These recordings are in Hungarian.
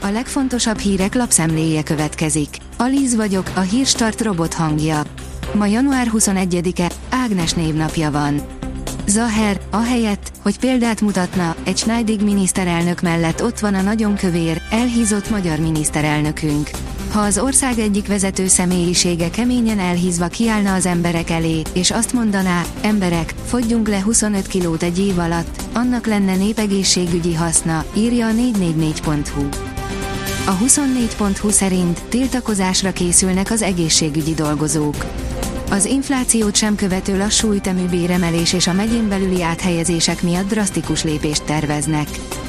A legfontosabb hírek lapszemléje következik. Aliz vagyok, a Hírstart robot hangja. Ma január 21-e, Ágnes névnapja van. Zaher, ahelyett, hogy példát mutatna, egy Schneidig miniszterelnök mellett ott van a nagyon kövér, elhízott magyar miniszterelnökünk. Ha az ország egyik vezető személyisége keményen elhízva kiállna az emberek elé, és azt mondaná, emberek, fogyjunk le 25 kilót egy év alatt, annak lenne népegészségügyi haszna, írja a 444.hu. A 24.hu szerint tiltakozásra készülnek az egészségügyi dolgozók. Az inflációt sem követő lassú ütemű béremelés és a megyén belüli áthelyezések miatt drasztikus lépést terveznek.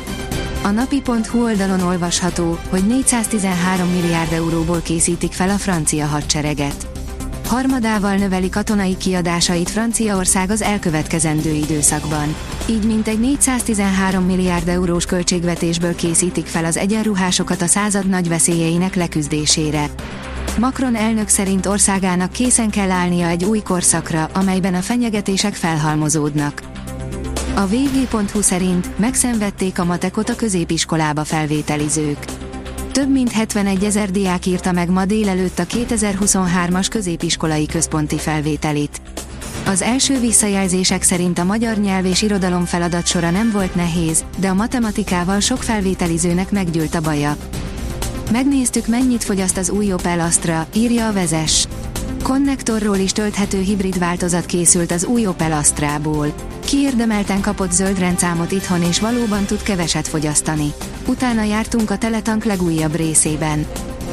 A napi.hu oldalon olvasható, hogy 413 milliárd euróból készítik fel a francia hadsereget. Harmadával növeli katonai kiadásait Franciaország az elkövetkezendő időszakban. Így mintegy 413 milliárd eurós költségvetésből készítik fel az egyenruhásokat a század nagy veszélyeinek leküzdésére. Macron elnök szerint országának készen kell állnia egy új korszakra, amelyben a fenyegetések felhalmozódnak. A vg.hu szerint megszenvedték a matekot a középiskolába felvételizők. Több mint 71 000 diák írta meg ma délelőtt a 2023-as középiskolai központi felvételit. Az első visszajelzések szerint a magyar nyelv és irodalom feladatsora nem volt nehéz, de a matematikával sok felvételizőnek meggyűlt a baja. Megnéztük, mennyit fogyaszt az új Opel Astra, írja a Vezess. Konnektorról is tölthető hibrid változat készült az új Opel Astrából. Kiérdemelten kapott zöld rendszámot itthon és valóban tud keveset fogyasztani. Utána jártunk a Teletank legújabb részében.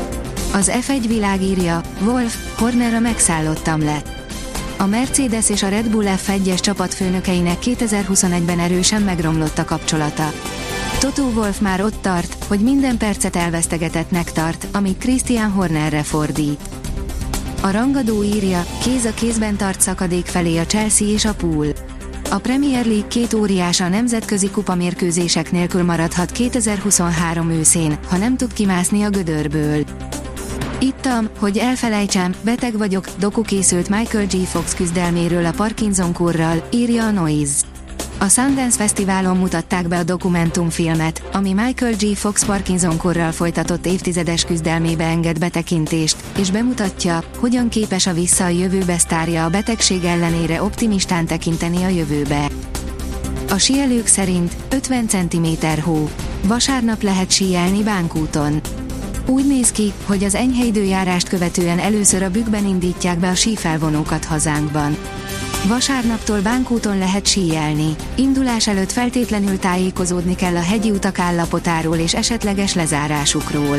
Az F1 világ írja, Wolf, Hornerra megszállottam le. A Mercedes és a Red Bull F1-es csapatfőnökeinek 2021-ben erősen megromlott a kapcsolata. Toto Wolff már ott tart, hogy minden percet elvesztegetettnek tart, amit Christian Hornerre fordít. A rangadó írja, kéz a kézben tart szakadék felé a Chelsea és a Pool. A Premier League két óriása a nemzetközi kupamérkőzések nélkül maradhat 2023 őszén, ha nem tud kimászni a gödörből. Ittam, hogy elfelejtsem, beteg vagyok, doku készült Michael J. Fox küzdelméről a Parkinson-kórral, írja a Noise. A Sundance Fesztiválon mutatták be a dokumentumfilmet, ami Michael J. Fox Parkinson-kórral folytatott évtizedes küzdelmébe enged betekintést, és bemutatja, hogyan képes a Vissza a jövőbe sztárja a betegség ellenére optimistán tekinteni a jövőbe. A síelők szerint 50 cm hó. Vasárnap lehet síelni Bánkúton. Úgy néz ki, hogy az enyhe időjárást követően először a Bükkben indítják be a sífelvonókat hazánkban. Vasárnaptól Bánkúton lehet síelni. Indulás előtt feltétlenül tájékozódni kell a hegyi utak állapotáról és esetleges lezárásukról.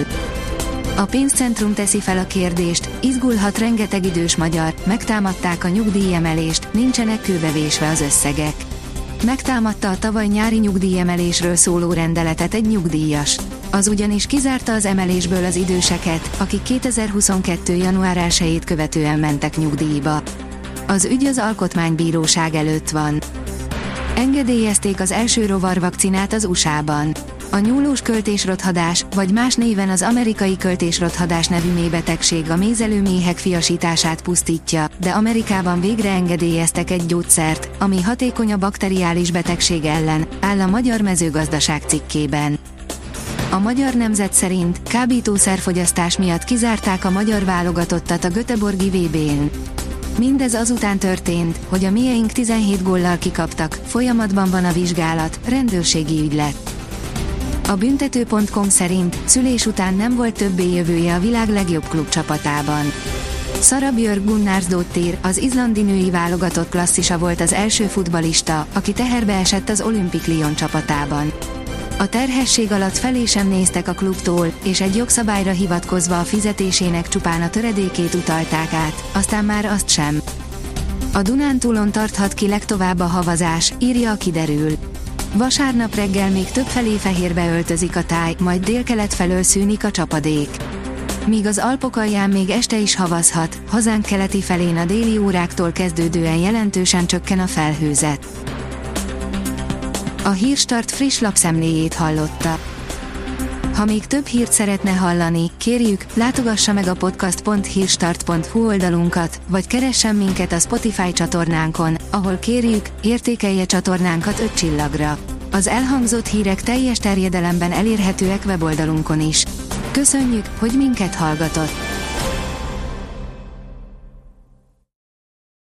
A pénzcentrum teszi fel a kérdést, izgulhat rengeteg idős magyar, megtámadták a nyugdíjemelést, nincsenek kőbevésve az összegek. Megtámadta a tavaly nyári nyugdíjemelésről szóló rendeletet egy nyugdíjas. Az ugyanis kizárta az emelésből az időseket, akik 2022. január 1-ét követően mentek nyugdíjba. Az ügy az alkotmánybíróság előtt van. Engedélyezték az első rovarvakcinát az USA-ban. A nyúlós költésrothadás, vagy más néven az amerikai költésrothadás nevű méhbetegség a mézelőméhek fiasítását pusztítja, de Amerikában végre engedélyeztek egy gyógyszert, ami hatékony a bakteriális betegség ellen, áll a Magyar Mezőgazdaság cikkében. A Magyar Nemzet szerint kábítószerfogyasztás miatt kizárták a magyar válogatottat a göteborgi VB-n. Mindez azután történt, hogy a mieink 17 góllal kikaptak, folyamatban van a vizsgálat, rendőrségi ügy lett. A büntető.com szerint szülés után nem volt többé jövője a világ legjobb klubcsapatában. Sara Björk Gunnarsdóttir, az izlandi női válogatott klasszisa volt az első futballista, aki teherbe esett az Olympique Lyon csapatában. A terhesség alatt felé sem néztek a klubtól, és egy jogszabályra hivatkozva a fizetésének csupán a töredékét utalták át, aztán már azt sem. A Dunántúlon tarthat ki legtovább a havazás, írja a Kiderül. Vasárnap reggel még többfelé fehérbe öltözik a táj, majd délkelet felől szűnik a csapadék. Míg az Alpok alján még este is havazhat, hazánk keleti felén a déli óráktól kezdődően jelentősen csökken a felhőzet. A Hírstart friss lapszemléjét hallotta. Ha még több hírt szeretne hallani, kérjük, látogassa meg a podcast.hírstart.hu oldalunkat, vagy keressen minket a Spotify csatornánkon, ahol kérjük, értékelje csatornánkat 5 csillagra. Az elhangzott hírek teljes terjedelemben elérhetőek weboldalunkon is. Köszönjük, hogy minket hallgatott!